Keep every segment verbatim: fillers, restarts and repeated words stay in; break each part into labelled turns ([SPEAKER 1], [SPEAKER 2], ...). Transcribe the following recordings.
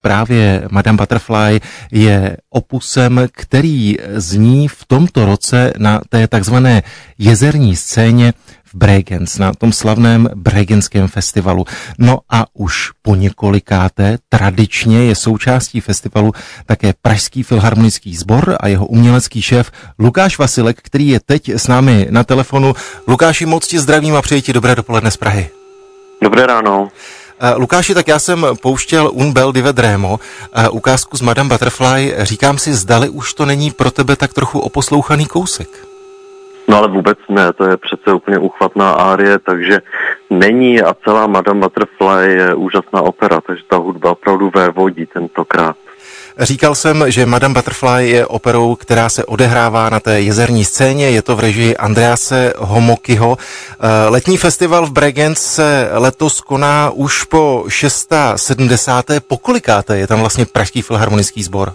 [SPEAKER 1] právě Madame Butterfly je opusem, který zní v tomto roce na té takzvané jezerní scéně v Bregenz, na tom slavném Bregenském festivalu. No a už po několikáté tradičně je součástí festivalu také Pražský filharmonický sbor a jeho umělecký šéf Lukáš Vasilek, který je teď s námi na telefonu. Lukáši, moc tě zdravím a přeji ti dobré dopoledne z Prahy.
[SPEAKER 2] Dobré ráno.
[SPEAKER 1] Lukáši, tak já jsem pouštěl Un bel di vedremo, ukázku z Madame Butterfly. Říkám si, zdali už to není pro tebe tak trochu oposlouchaný kousek.
[SPEAKER 2] No ale vůbec ne, to je přece úplně uchvatná árie, takže není a celá Madame Butterfly je úžasná opera, takže ta hudba opravdu vévodí tentokrát.
[SPEAKER 1] Říkal jsem, že Madame Butterfly je operou, která se odehrává na té jezerní scéně, je to v režii Andrease Homokyho. Letní festival v Bregenz se letos koná už po sedmdesáté šesté Pokolikáté je tam vlastně Pražský filharmonický sbor?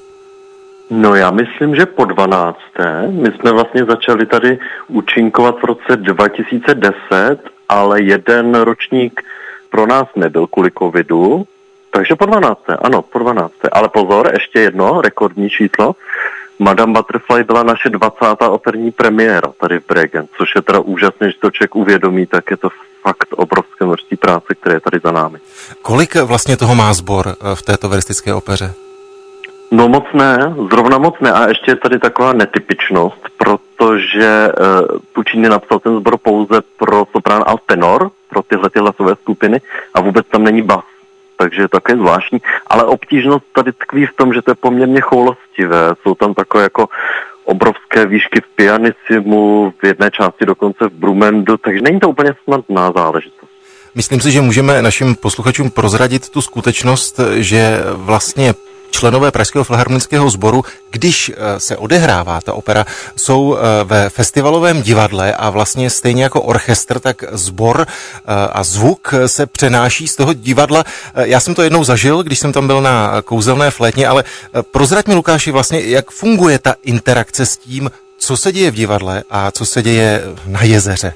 [SPEAKER 2] No já myslím, že po dvanácté. My jsme vlastně začali tady účinkovat v roce dva tisíce deset, ale jeden ročník pro nás nebyl kvůli covidu, takže po dvanácté, ano, po dvanácté. Ale pozor, ještě jedno, rekordní číslo. Madame Butterfly byla naše dvacátá operní premiéra tady v Bregenz, což je teda úžasné, že to člověk uvědomí, tak je to fakt obrovské množství práce, které je tady za námi.
[SPEAKER 1] Kolik vlastně toho má sbor v této veristické opeře?
[SPEAKER 2] No moc ne, zrovna moc ne. A ještě je tady taková netypičnost, protože uh, Puccini napsal ten sbor pouze pro soprán a tenor, pro tyhle ty hlasové skupiny a vůbec tam není bas. Takže je také zvláštní. Ale obtížnost tady tkví v tom, že to je poměrně choulostivé. Jsou tam takové jako obrovské výšky v pianissimu, v jedné části dokonce v brumendu, takže není to úplně snadná záležitost.
[SPEAKER 1] Myslím si, že můžeme našim posluchačům prozradit tu skutečnost, že vlastně členové Pražského filharmonického sboru, když se odehrává ta opera, jsou ve festivalovém divadle a vlastně stejně jako orchestr, tak sbor a zvuk se přenáší z toho divadla. Já jsem to jednou zažil, když jsem tam byl na kouzelné flétně, ale prozrať mi, Lukáši, vlastně, jak funguje ta interakce s tím, co se děje v divadle a co se děje na jezeře.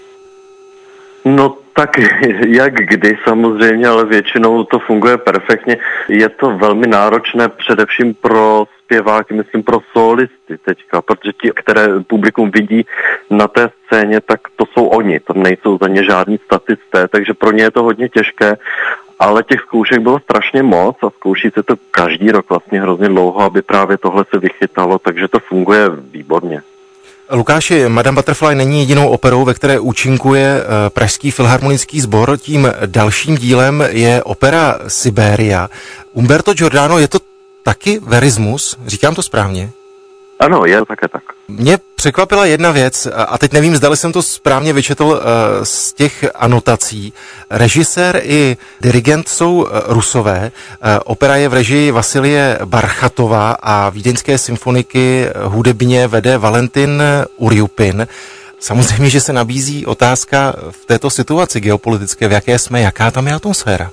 [SPEAKER 2] No tak jak kdy samozřejmě, ale většinou to funguje perfektně. Je to velmi náročné především pro zpěváky, myslím pro solisty teďka, protože ti, které publikum vidí na té scéně, tak to jsou oni, tam nejsou za ně žádní statisté, takže pro ně je to hodně těžké, ale těch zkoušek bylo strašně moc a zkouší se to každý rok vlastně hrozně dlouho, aby právě tohle se vychytalo, takže to funguje výborně.
[SPEAKER 1] Lukáši, Madame Butterfly není jedinou operou, ve které účinkuje Pražský filharmonický sbor. Tím dalším dílem je opera Siberia. Umberto Giordano, je to taky verismus? Říkám to správně?
[SPEAKER 2] Ano, je to také tak.
[SPEAKER 1] Mě překvapila jedna věc, a teď nevím, zdali jsem to správně vyčetl z těch anotací. Režisér i dirigent jsou Rusové. Opera je v režii Vasilie Barchatová a vídeňské symfoniky hudebně vede Valentin Urjupin. Samozřejmě, že se nabízí otázka v této situaci geopolitické, v jaké jsme, jaká tam je atmosféra.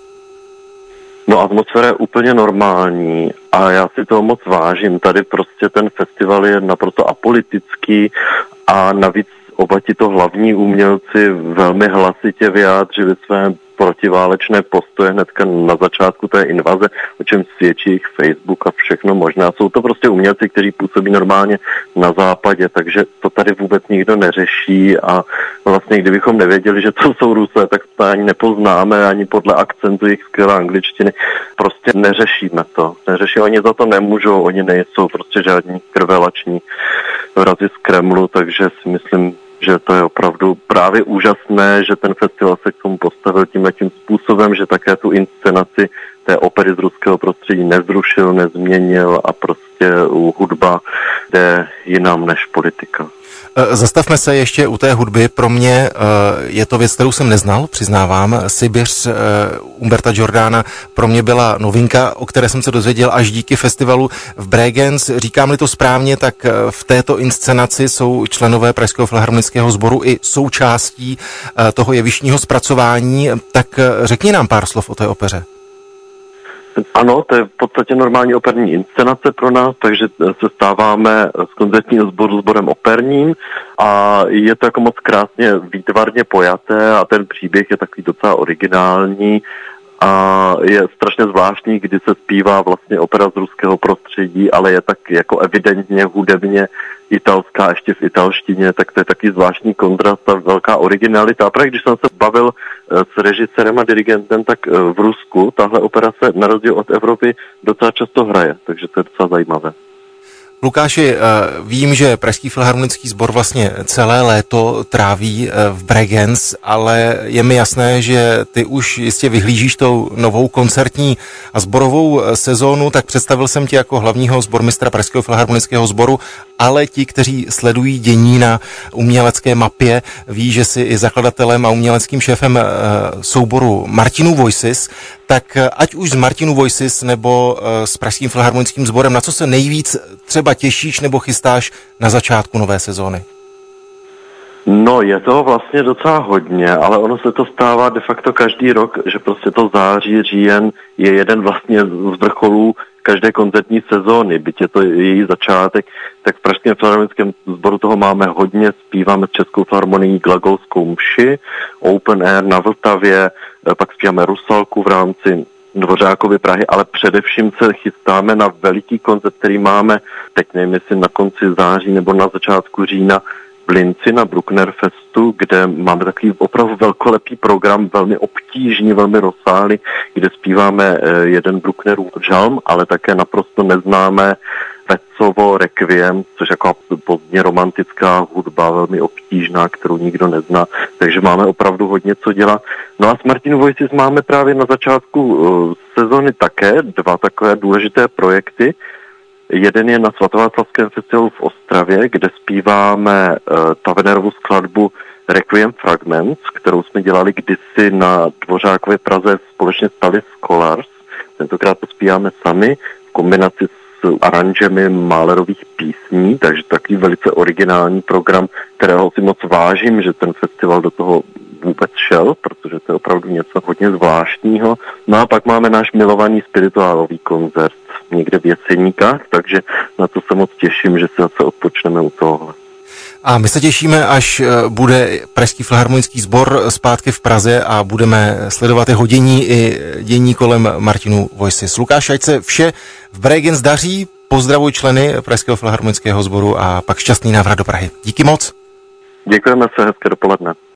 [SPEAKER 2] No atmosféra je úplně normální a já si toho moc vážím. Tady prostě ten festival je naprosto apolitický a navíc oba tito hlavní umělci velmi hlasitě vyjádřili své protiválečné postoje hnedka na začátku té invaze, o čem svědčí jejich Facebook a všechno možné. Jsou to prostě umělci, kteří působí normálně na západě, takže to tady vůbec nikdo neřeší a vlastně kdybychom nevěděli, že to jsou Rusé, tak to ani nepoznáme, ani podle akcentu jejich skvělé angličtiny. Prostě neřešíme to. Neřeší, oni za to nemůžou, oni nejsou prostě žádní krvelační vrazi z Kremlu, takže si myslím, že to je opravdu právě úžasné, že ten festival se k tomu postavil tímhletím způsobem, že také tu inscenaci té opery z ruského prostředí nezrušil, nezměnil a prostě hudba jde jinam než politika.
[SPEAKER 1] Zastavme se ještě u té hudby. Pro mě je to věc, kterou jsem neznal, přiznávám. Sibiř Umberta Giordana pro mě byla novinka, o které jsem se dozvěděl až díky festivalu v Bregenz. Říkám-li to správně, tak v této inscenaci jsou členové Pražského filharmonického sboru i součástí toho jevištního zpracování. Tak řekni nám pár slov o té opeře.
[SPEAKER 2] Ano, to je v podstatě normální operní inscenace pro nás, takže se stáváme z koncertního sboru sborem operním a je to jako moc krásně výtvarně pojaté a ten příběh je takový docela originální a je strašně zvláštní, kdy se zpívá vlastně opera z ruského prostředí, ale je tak jako evidentně hudebně italská, ještě v italštině, tak to je taky zvláštní kontrast a velká originalita. A právě když jsem se bavil s režisérem a dirigentem, tak v Rusku tahle opera se na rozdíl od Evropy docela často hraje, takže to je docela zajímavé.
[SPEAKER 1] Lukáši, vím, že Pražský filharmonický sbor vlastně celé léto tráví v Bregenz, ale je mi jasné, že ty už jistě vyhlížíš tou novou koncertní a sborovou sezónu, tak představil jsem tě jako hlavního sbormistra Pražského filharmonického sboru, ale ti, kteří sledují dění na umělecké mapě, ví, že jsi i zakladatelem a uměleckým šéfem souboru Martinů Voices, tak ať už z Martinů Voices nebo s Pražským filharmonickým sborem, na co se nejvíc třeba těšíš nebo chystáš na začátku nové sezóny?
[SPEAKER 2] No, je toho vlastně docela hodně, ale ono se to stává de facto každý rok, že prostě to září, říjen je jeden vlastně z vrcholů každé koncertní sezóny, byť je to její začátek, tak v Pražském filharmonickém sboru toho máme hodně, zpíváme s Českou filharmonií Glagolskou mši, Open Air na Vltavě, pak zpíváme Rusalku v rámci Dvořákovy Prahy, ale především se chystáme na veliký koncert, který máme, teď nevím, jestli na konci září nebo na začátku října v Linci na Bruckner Festu, kde máme takový opravdu velkolepý program, velmi obtížný, velmi rozsáhlý, kde zpíváme jeden Brucknerův žalm, ale také naprosto neznámé Vecovo Requiem, což je jako pozdně romantická hudba, velmi obtížná, kterou nikdo nezná, takže máme opravdu hodně co dělat. No a s Martinů Voices máme právě na začátku uh, sezony také dva takové důležité projekty. Jeden je na Svatováclavském festivalu v Ostravě, kde zpíváme uh, Tavenerovu skladbu Requiem Fragments, kterou jsme dělali kdysi na Dvořákově Praze společně s Talis Scholars. Tentokrát to zpíváme sami v kombinaci s aranžemi Mahlerových písní, takže takový velice originální program, kterého si moc vážím, že ten festival do toho vůbec šel, protože to je opravdu něco hodně zvláštního. No a pak máme náš milovaný spirituálový koncert někde v Jeseníkách, takže na to se moc těším, že se zase odpočneme u tohohle.
[SPEAKER 1] A my se těšíme, až bude Pražský filharmonický sbor zpátky v Praze a budeme sledovat jeho dění i dění kolem Martinů Voices. Lukáš, ať se vše v Bregenz daří, pozdravuj členy Pražského filharmonického sboru a pak šťastný návrat do Prahy. Díky moc.
[SPEAKER 2] Děkujeme se, hezké dopoledne.